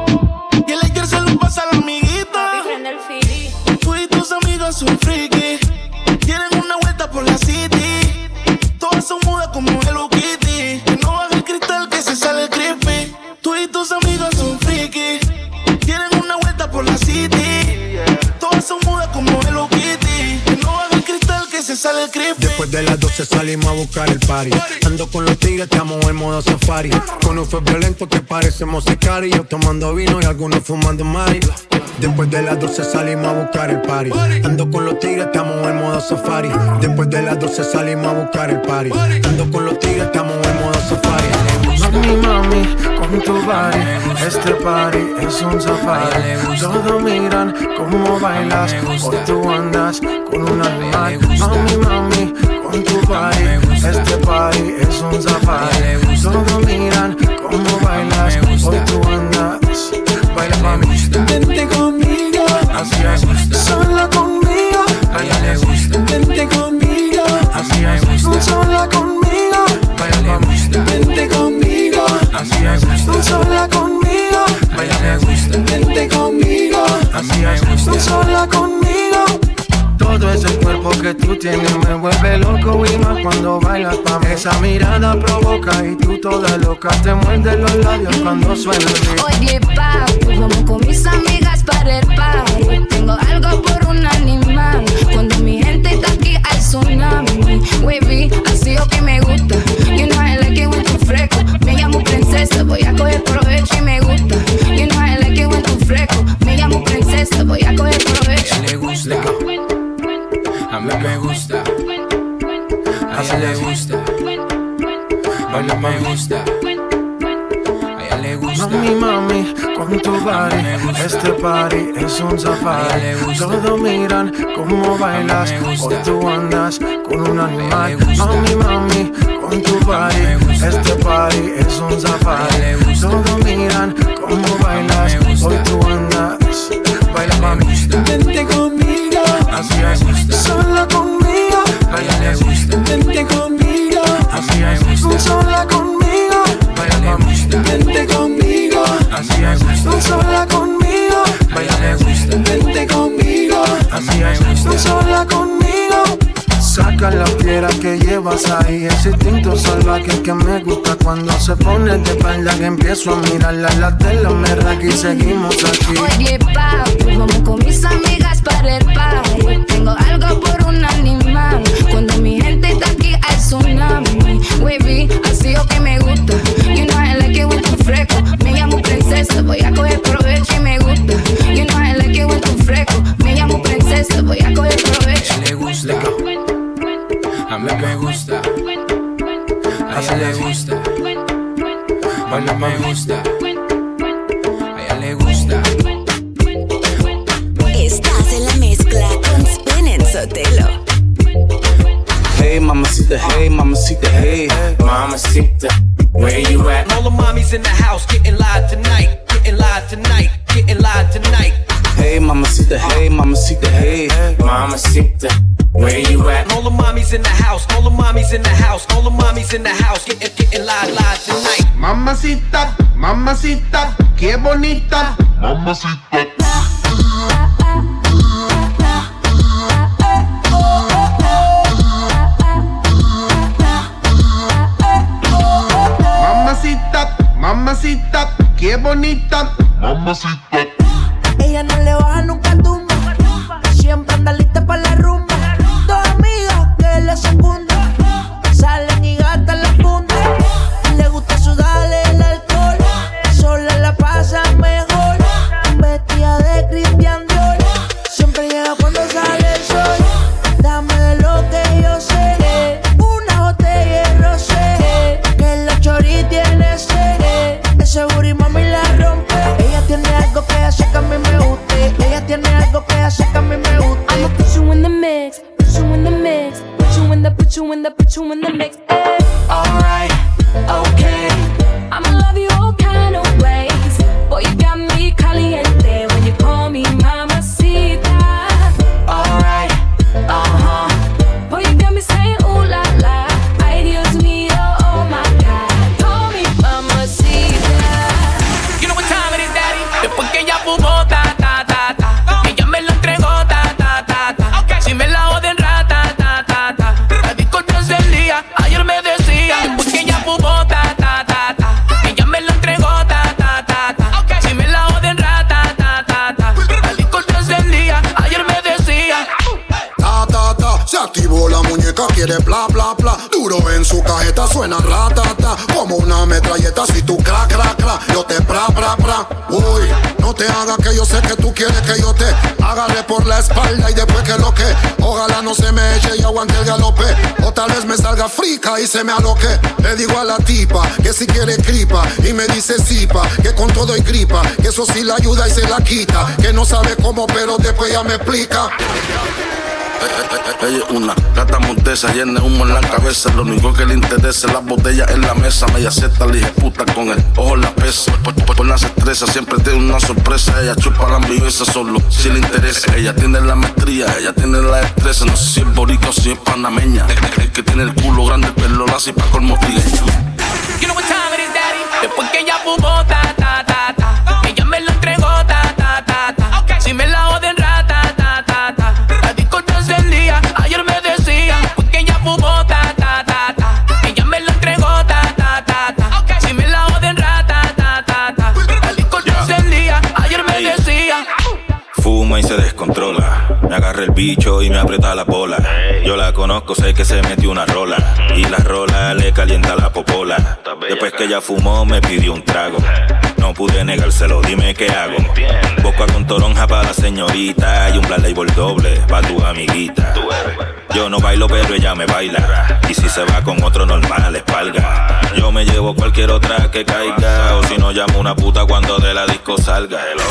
y el ayer se lo pasa a la amiguita. Papi, prende el Fili. Tú y tus amigas son friki. Quieren una vuelta por la city. Todas son mudas como Hello Kitty. Que no baja el cristal que se sale creepy. Tú y tus amigas son friki. Quieren una vuelta por la city. Todas son mudas como Hello Kitty. Que no baja el cristal que se sale creepy. Después de las doce salimos a buscar el party. Ando con los tigres, estamos en modo safari. Con un fue violento que parecemos sicari. Yo tomando vino y algunos fumando mari. Después de las doce salimos a buscar el party. Ando con los tigres, estamos en modo safari. Después de las doce salimos a buscar el party. Ando con los tigres, estamos en modo safari. Mami, mami, con tu body, este party es un safari. Todos miran cómo bailas, hoy tú andas con un animal. Mami, mami, con tu body, este party es un safari. Todos miran cómo bailas, hoy tú andas. Baila mami, vente conmigo, así es, sola conmigo. A ella le gusta, vente conmigo, así es, sola conmigo. Baila mami, vente conmigo, así es, tú sola conmigo. A ella le gusta, vente conmigo, así es, tú sola conmigo. Todo ese cuerpo que tú tienes me vuelve loco y más cuando bailas pa' mí. Esa mirada provoca y tú toda loca te muerdes los labios cuando suena el beat. Oye, papi, vamos con mis amigas para el party. Tengo algo por un animal. Cuando mi gente está aquí al tsunami. Wavy, así o que me gusta. You know I like it when tú fresco. Me llamo princesa, voy a coger provecho y me gusta. You know I like it when tú fresco. Me llamo princesa, voy a coger provecho. Le gusta. A mí me gusta, a ella le gusta, a mí me gusta, a ella le gusta. Mami, mami, con tu body, este party es un safari. Todos miran cómo bailas, hoy tú andas con un animal. Mami, mami, con tu body, este party es un safari. Todos miran cómo bailas, hoy tú andas. Baila mami, vente conmigo, así es, sola conmigo. A ella le gusta, vente conmigo, así es, tú sola conmigo. Baila mami, vente conmigo, así es, tú sola conmigo. A ella le gusta, vente conmigo, así es, tú sola conmigo. Saca la fiera que llevas ahí, ese instinto salvaje que me gusta cuando se pone de espalda, que empiezo a mirarla, la tela me raca y seguimos aquí. Oye, papi, vamos con mis amigas para el party. Tengo algo por un animal. Cuando mi gente está aquí al tsunami. Wavy, así o que me gusta. You know I like it when tú fresco. Me llamo princesa, voy a coger provecho y me gusta. You know I like it when tú fresco. Me llamo princesa, voy a coger provecho. Le gusta, a mí me gusta, a ella le gusta, a mí me gusta, a ella le gusta. Estás en la mezcla con Spin Sotelo. Hey, mamacita, hey, mamacita, hey, mamacita, where you at? All the mommies in the house getting live tonight, getting live tonight, getting live hey, mamacita, where you at? All the mommies in the house, all the mommies in the house, all the mommies in the house, getting, getting live, live tonight. Mamacita, mamacita, qué bonita. Mamacita. Mamacita, mamacita, qué bonita. Mamacita. Ella no le baja nunca tumba, siempre anda lista para la rumba. Dos amigas que le secundan, salen y gastan la funda. Le gusta sudarle el alcohol, sola la pasa mejor. Vestida de Christian Dior, siempre llega cuando sale el sol. Dame de lo que yo sé, una botella de rosé, que la chori tiene sed. Ese booty mami la rompe. Ella tiene algo que hace que a mí me guste. Ella tiene algo que hace que a mí me guste. I'ma put you in the mix, put you in the mix, put you in the, put you in the, put you in the mix. Eh. Alright, okay. I'ma love you all kind of ways. Boy, you got me caliente when you call me mamacita. Alright, uh-huh. Boy, you got me saying ooh la la. Ay, Dios mío, oh my God. Call me mamacita. You know what time it is, daddy? Después que ella fumó, ta, ta, ta, ta. Ella me lo entregó, ta, ta, ta, ta. Okay. Si me la joden, rata, ta, ta, ta. La disco día, ayer me decía. Después que ella fumó, ta, ta, ta, ta. Ella me lo entregó, ta, ta, ta, ta. Okay. Si me la joden, rata, ta, ta, ta. La disco día, ayer me decía. Ta, ta, ta. Se activó la muñeca, quiere bla, bla, bla. Duro en su cajeta, suena ratata. Como una metralleta, si tú cra, cra, cra. Yo te pra, pra, pra. Uy, no te hagas que yo sé que tú quieres que yo te agarre por la espalda y después que lo que. Ojalá no se me eche y aguante el galope. O tal vez me salga frica y se me aloque. Le digo a la tipa que si quiere gripa y me dice sipa, que con todo y gripa, que eso sí la ayuda y se la quita. Que no sabe cómo pero después ya me explica. Ella es una gata montesa, llena de humo en la cabeza. Lo único que le interesa es las botellas en la mesa. Me acepta la puta con el ojo en la pesa. Por, por, por las estrellas siempre tiene una sorpresa. Ella chupa la ambiveza solo si le interesa. Ella tiene la maestría, ella tiene la destreza. No sé si es boricua o si es panameña. El que tiene el culo grande, el pelo lacio y pa' colmo trigueño. You know what time it is, daddy? Después que ella fumó, ta, ta, ta, ta. Ella me lo entregó, ta, ta, ta, ta. Okay. Si me la joden, rata, ta, ta, ta. La disco día, ayer me decía. Después que ella fumó, ta, ta, ta, ta. Ella me lo entregó, ta, ta, ta, ta. Okay. Si me la joden, rata, ta, ta, ta. La disco día, ayer me decía. Fuma y se descontrola. Me agarra el bicho y me aprieta la bola. Yo la conozco, sé que se metió una rola. Y la rola le calienta la popola. Después que ella fumó me pidió un trago. No pude negárselo, dime qué hago. Boca con toronja para la señorita y un Black Label doble para tu amiguita. Yo no bailo pero ella me baila. Y si se va con otro normal, espalga. Yo me llevo cualquier otra que caiga. O si no llamo una puta cuando de la disco salga. Hello.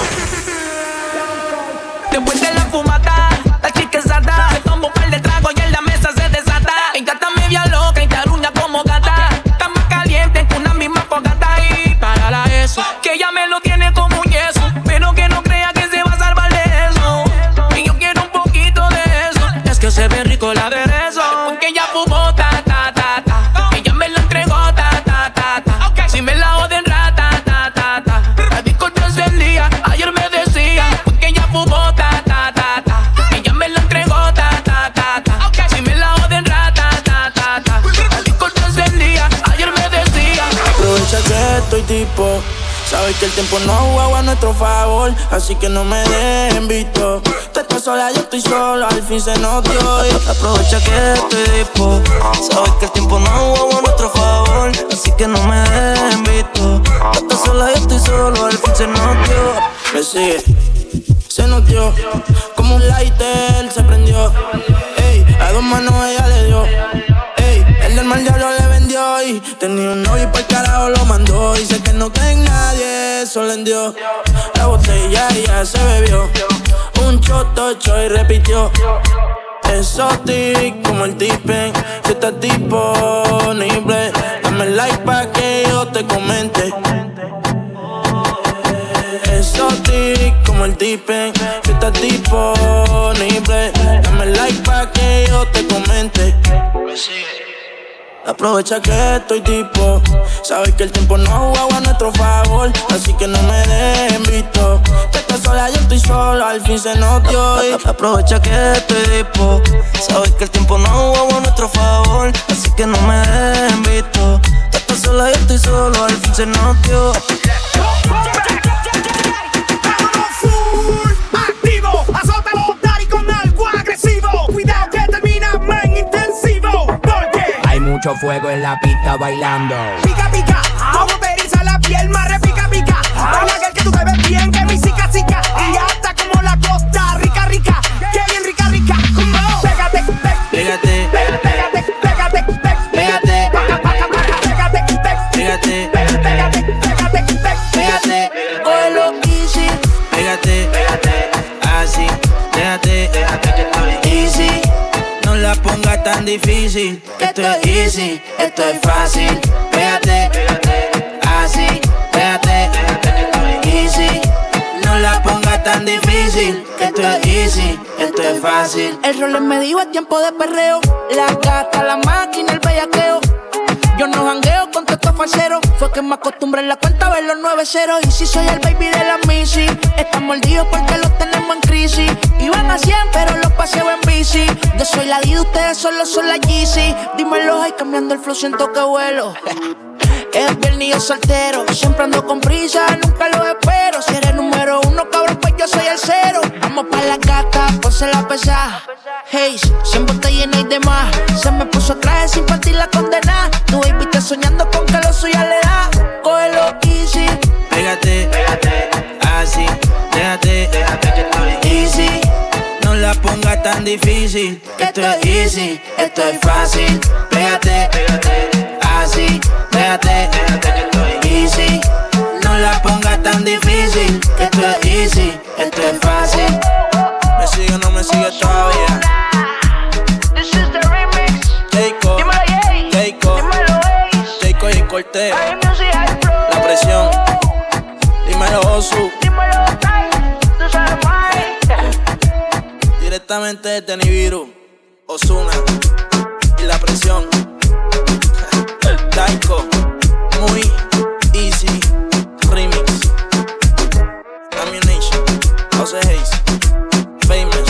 Después de la fumata, la chica es sata. Se toma un par de tragos y en la mesa se desata. Ella está media loca y te aruña como gata. Está más caliente que una misma fogata. Y para eso, que ella me lo tiene como un yeso. Pero que no crea que se va a salvar de eso. Y yo quiero un poquito de eso. Es que se ve rico el aderezo. Después que ella fumó, ta, ta, ta, ta. Ella me lo entregó, ta, ta, ta, ta. Okay. Si me la joden, rata, ta, ta, ta. La disco día, ayer me decía. Después que ella fumó, ta, ta, ta, ta. Ella me lo entregó, ta, ta, ta, ta. Okay. Si me la joden, rata, ta, ta, ta. La disco día, ayer me decía. Aprovecha que estoy tipo. Sabes que el tiempo no juega a nuestro favor, así que no me dejen visto. Tú estás sola, yo estoy solo, al fin se nos dio. Aprovecha que estoy tipo. Sabes que el tiempo no juega a nuestro favor, así que no me dejen visto. Tú estás sola, yo estoy solo, al fin se nos dio. Me sigue, se nos dio. Como un lighter se prendió. Ey, a dos manos ella le dio. Ey, el del mal diablo le vendió. Y tenía un novio y por carajo lo mandó. Dice que no cree en nadie, solo en Dios. La botella ya se bebió. Un choto y repitió. Exotic como el tipen. Si estás disponible, dame like pa' que yo te comente. Exotic como el tipen. Si estás disponible. Dame like pa' que yo te comente. Aprovecha que estoy tipo. Sabes que el tiempo no ha jugado a nuestro favor, así que no me dejen visto. Que estás sola, yo estoy solo, al fin se notió. Y aprovecha que estoy tipo. Sabes que el tiempo no ha jugado a nuestro favor, así que no me dejen visto. Que estás sola, yo estoy solo, al fin se notió. Activo, azótalo, Dari con algo agresivo. Cuidado que termina más intensivo. Porque hay mucho fuego en la pista bailando. Pica, pica, como te eriza la piel, más repica, pica. Baila aquel que tú te ves bien, que mi zica, zica. Y hasta como la costa, rica, rica. Que bien rica, rica. Como pégate, pégate, pégate, pégate, pégate, pégate, pégate, pégate, pégate, pégate, pégate. Cógelo easy, pégate, así, déjate, easy. No la pongas tan difícil, que esto es easy, esto es fácil. Pégate, así, déjate, easy. No la pongas tan difícil, que esto es easy, esto es fácil. El rol me dijo es tiempo de perreo. La gata, la máquina, el bellaqueo. Yo no jangueo con todos estos falseros. Fue que me acostumbré en la cuenta a ver los nueve ceros. Y si soy el baby de la Missy, están mordidos porque los tenemos en crisis. Iban a cien pero los paseo en bici. Yo soy la D, ustedes solo son la Yeezy. Dímelo, ay, cambiando el flow siento que vuelo. Es viernes y yo soltero, siempre ando con prisa, nunca lo espero. Si eres número uno, cabrón, pues yo soy el cero. Vamos pa' la gata, ponse la pesada. Hey, cien botellas y demás. Se me puso traje sin partir la condena. Tu baby está soñando con que lo suya le da. Cógelo easy. Pégate, así, déjate, easy. No la pongas tan difícil, que esto es easy, esto es fácil. Pégate, así, déjate, easy. No la pongas tan difícil, que esto es easy, esto es fácil. ¿Me sigue o no me sigue todavía? This is the remix. Keiko, Keiko, Keiko y Cortez. La presión, dímelo Osu. Directamente desde Nibiru, Ozuna y la presión. Daiko, muy easy, remix. Ammunition, Jose Hayes, famous.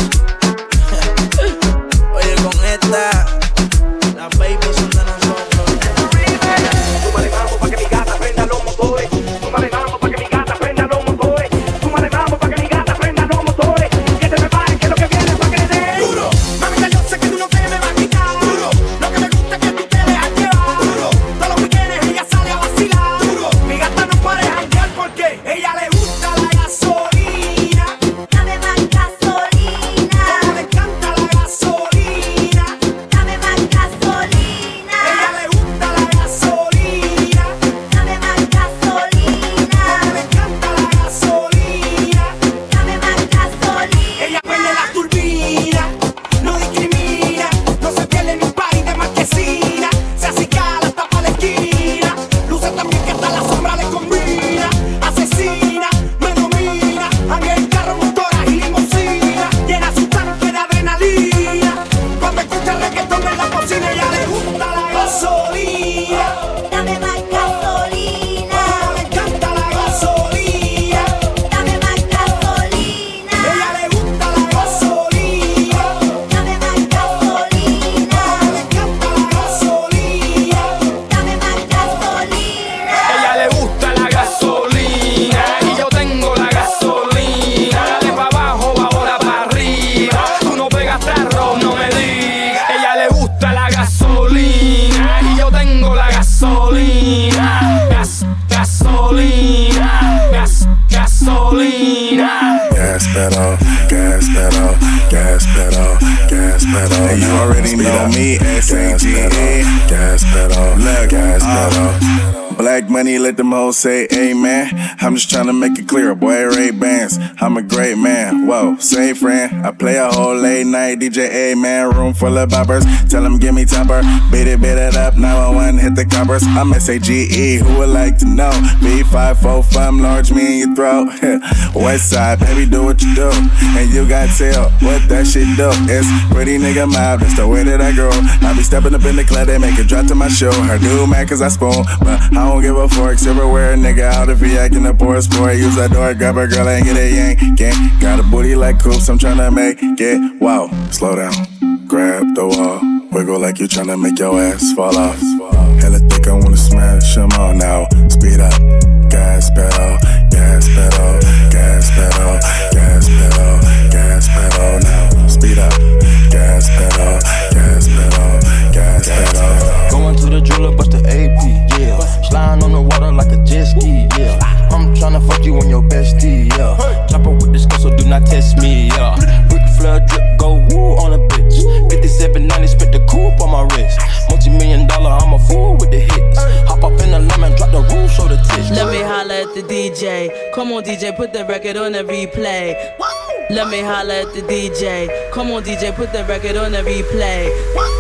Oye, con esta, las babies son de nosotros. Súmale mambo pa' que mi gata prenda los motores. Súmale mambo pa' que mi gata prenda los motores. Súmale mambo pa' que mi gata prenda los motores. Que te preparen que lo que viene es pa' que le dé duro. Mamita, yo sé que tú no te me vas a quitar duro. Lo que me gusta es que tú te dejas llevar duro. Todos los weekends ella sale a vacilar duro. Mi gata no para de janguear porque ella le gusta la gasolina. Dame más gasolina. Como le encanta la gasolina. Dame más gasolina. Ella le gusta la gasolina. Dame más gasolina. Como le encanta la gasolina. Dame más gasolina. Ella prende la turbina, no discrimina, no se pierde ni un party de marquesina. Se acicala hasta pa' la esquina, luce también que hasta la sombra le combina. Asesina, me domina, anga en carro, motora y limusina. Llena su tanque de adrenalina, cuando escucha reggaetón en la cocina. Ella le gusta la gasolina. Dame más gasolina. Como le encanta la gasolina. Dame más gasolina. Ella le gusta la gasolina. Dame más gasolina. Como le encanta la gasolina. Dame más gasolina. Ella le gusta la gasolina y yo tengo la gasolina. Dale pa' abajo, ahora pa' arriba. Tú no pegas tarro, no me digas. Ella le gusta la gasolina y yo tengo la gasolina. Gas, gasolina, gas, gasolina. Gas pedal, gas pedal, gas pedal, gas pedal. And you already know me, S A G E. Gas pedal, gas pedal. Black money, let them hoes say amen. I'm just tryna make it clear, boy, Ray-Bans. I'm a great man, whoa, say friend. I play a whole late night D J, amen. Room full of boppers, tell them give me topper. Beat it, beat it up, nine one one, hit the coppers. I'm S A G E, who would like to know? B five four five, large me in your throat. West side, baby, do what you do. And you got tell what that shit do. It's pretty nigga mob, that's the way that I grow. I be stepping up in the club, they make it drop to my show. Her do mad cause I spoon, but I don't give a fork. Silverware, nigga, out if he acting a poor sport. Use that door, grab a girl and get a yank. Gang. Got a booty like coops, I'm tryna make it. Wow, slow down, grab the wall. Wiggle like you tryna make your ass fall off. Hella thick, I wanna smash them all now. Speed up, gas pedal, gas pedal, gas pedal, gas pedal, gas pedal now. Speed up, gas pedal, gas pedal, gas pedal. Going to the jeweler, bust the A P, yeah. Sliding on the water like a jet ski, yeah. I'm tryna fuck you and your bestie, yeah. Chopper with the skull, so do not test me, yeah. Ric Flair drip, go woo on a bitch. fifty-seven ninety, spent the coupe on my wrist. Multi-million dollar, I'm a fool with the hits. Hop up in the lemon, drop the roof, show the tits. Let me holla at the D J. Come on, D J, put the record on the replay. Let me holla at the D J. Come on, D J, put the record on the replay.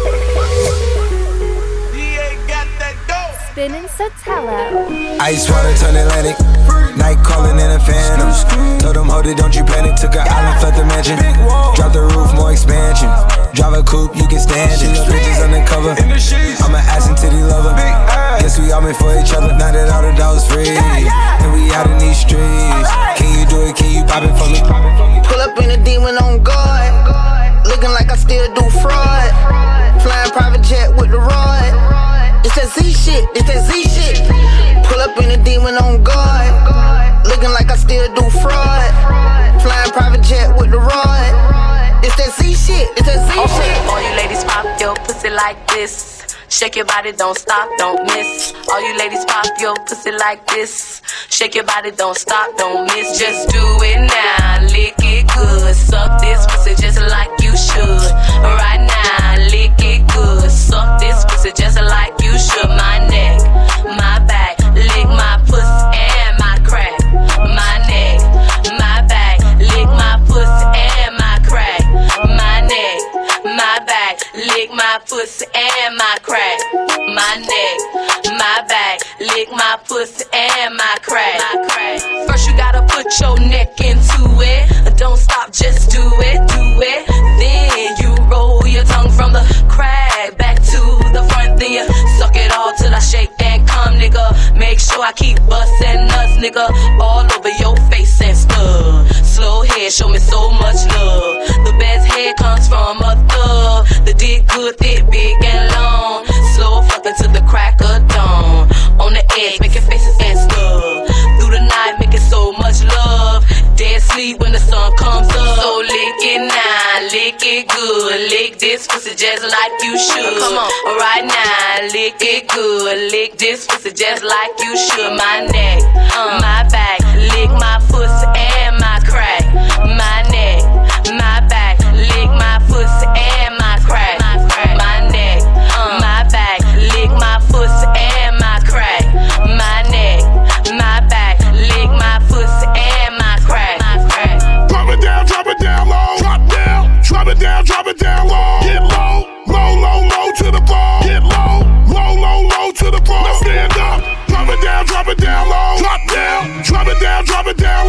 Spinning Sotelo. Ice water turn Atlantic. Night calling in a phantom. Told them, hold it, don't you panic. Took an island, left the mansion. Drop the roof, more expansion. Drive a coupe, you can stand it. Bitches undercover. I'm an ass and titty lover. Guess we all meant for each other. Now that all the dogs free, and we out in these streets. Can you do it? Can you pop it for me? Pull up in a demon on guard. Looking like I still do fraud. Flying private jet with the rod. It's that Z shit, it's that Z shit. Pull up in a demon on guard. Looking like I still do fraud. Flying private jet with the rod. It's that Z shit, it's that Z okay. shit. All you ladies pop your pussy like this. Shake your body, don't stop, don't miss. All you ladies pop your pussy like this. Shake your body, don't stop, don't miss. Just do it now, lick it good. Suck this pussy just like you should. Right now, lick it good. Suck this pussy just like you should. My neck, my back, lick my pussy and my crack. My neck, my back, lick my pussy and my crack. My neck, my back, lick my pussy and my crack. My neck, my back, lick my pussy and my crack. My crack. First you gotta put your neck into it. Don't stop, just do it, do it. Then you roll your tongue from the crack back to the front. Then you suck it all till I shake and come, nigga. Make sure I keep bustin' nuts, nigga, all over your face and stuff. Slow head, show me so much love. The best head comes from a thug. The dick good, thick, big and long. Slow fucking to the crack of dawn. On the edge, making faces and stuff. Through the night, making so much love. Dead sleep when the sun comes up. So lick it now, lick it good. Lick this pussy just like you should. Come on, right now, lick it good. Lick this pussy just like you should. My neck, uh, my back, lick my pussy and my crack. My neck, my back, lick my pussy and my crack. My neck, uh, my back, lick my pussy and my crack. My neck, my back, lick my pussy and my crack. Drop it down, drop it down low. Drop down, drop it down, drop it down low. Get low, low, low, low to the floor. Get low, low, low, low to the floor. Now stand up, drop it down, drop it down low. Drop down, drop it down, drop it down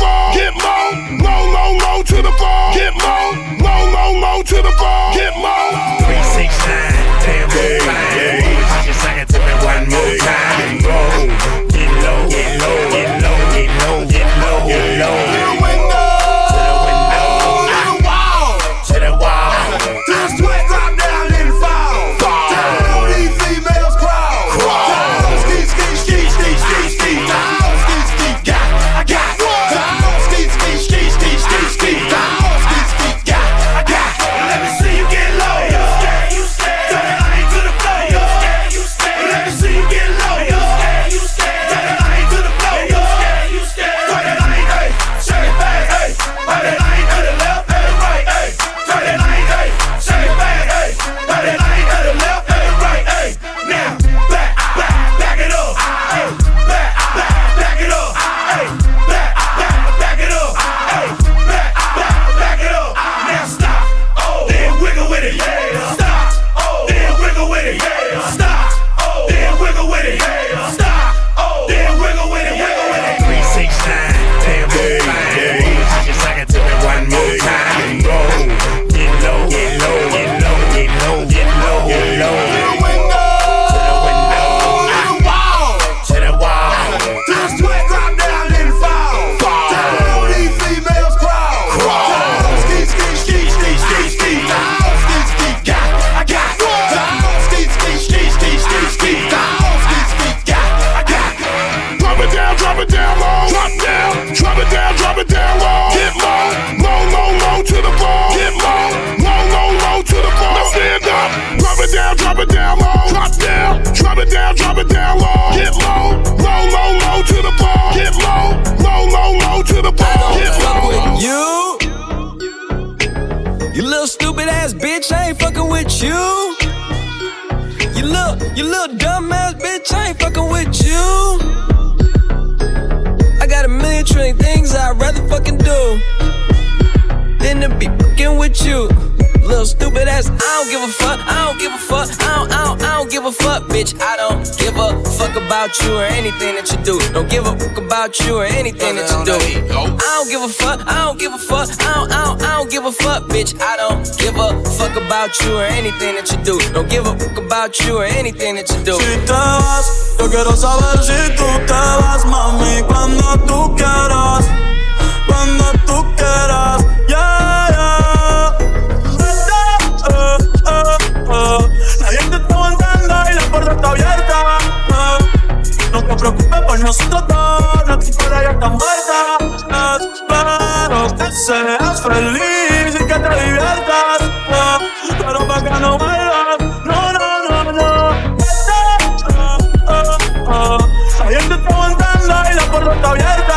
it down low. Drop down, drop it down, drop it down low. Get low, low, low, low to the floor. Get low, low, low, low to the floor. Now stand up, drop it down, drop it down low. Drop down, drop it down, drop it down low. Get low, low, low, low to the floor. Get low, low, low, low to the floor. Get low. With you, you little stupid ass bitch, I ain't fucking with you. You little, you little dumb ass bitch, I ain't fucking with you. I got a million trillion things I'd rather fucking do than to be fucking with you. Little stupid ass, I don't give a fuck, I don't give a fuck, I don't, I don't, I don't give a fuck, bitch. I don't give a fuck about you or anything that you do. Don't give a fuck about you or anything that you do. I don't give a fuck, I don't give a fuck, I don't, I don't, I don't give a fuck, bitch. I don't give a fuck about you or anything that you do. Don't give a fuck about you or anything that you do. Si te vas, yo quiero saber si tú te vas, mami, cuando tú quieras, cuando tú quieras, yeah, yeah. Nadie te está aguantando y la puerta está abierta. No te preocupes por nosotros dos, nuestra historia ya está muerta. Espero que seas feliz y que te diviertas, pero pa' que no vuelvas. No, no, no, no. Nadie te está aguantando y la puerta está abierta.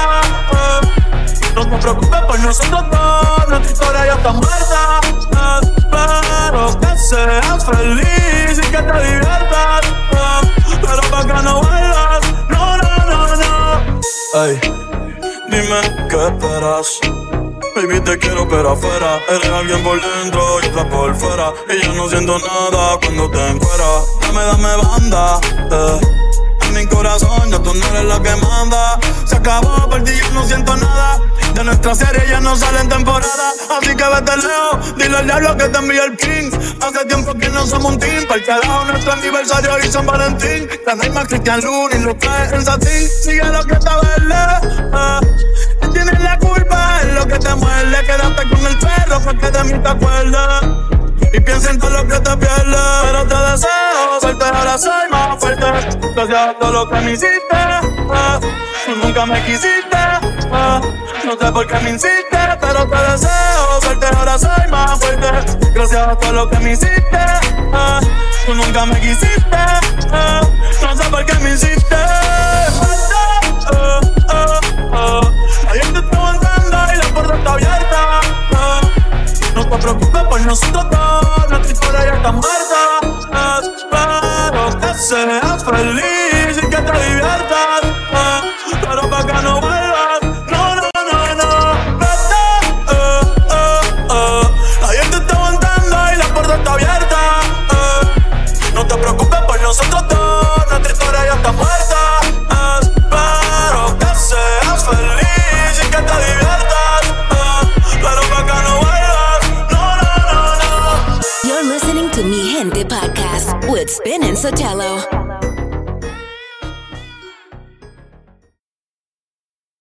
No te preocupes por nosotros dos, nuestra historia ya está muerta. Espero que seas feliz y que te diviertas, pero pa' que no vuelvas. No, no, no, no. Ey, dime qué esperas. Baby, te quiero pero afuera. Eres alguien por dentro y otra por fuera. Y yo no siento nada cuando te encueras. Dame, dame banda, eh. En mi corazón ya tú no eres la que manda. Se acabó, por ti yo no siento nada. De nuestra serie ya no sale en temporada. Así que vete lejos, dile al diablo que te envíe el ping. Hace tiempo que no somos un team. Para el carajo nuestro aniversario y San Valentín. La Neymar, Cristian Luna y lo cae en satín. Sigue lo que está verde, eh. Tú tienes la culpa, es lo que te muerde. Quédate con el perro porque de mí te acuerdas. Y piensa en todo lo que te pierdes. Pero te deseo suerte, ahora soy más fuerte. Gracias a todo lo que me hiciste, eh. Tú nunca me quisiste, eh. No sé por qué me insistes, pero te deseo suerte, ahora soy más fuerte. Gracias a todo lo que me hiciste, eh. Tú nunca me quisiste, eh. No sé por qué me insistes. Eh, eh, eh. Nadie te está aguantando y la puerta está abierta, eh. No te preocupes por nosotros dos, nuestra historia ya está muerta. Espero que seas feliz y que te diviertas, eh. Pero pa' que no vuelvas. No, no, no, no. Vete, eh, eh, eh. Nadie te está aguantando y la puerta está abierta, eh. No te preocupes por nosotros dos, nuestra historia ya está muerta. Espero que seas feliz y que te diviertas, eh. Pero pa' que no vuelvas. No, no, no, no. You're listening to Mi Gente Podcast with Spin and Sotelo.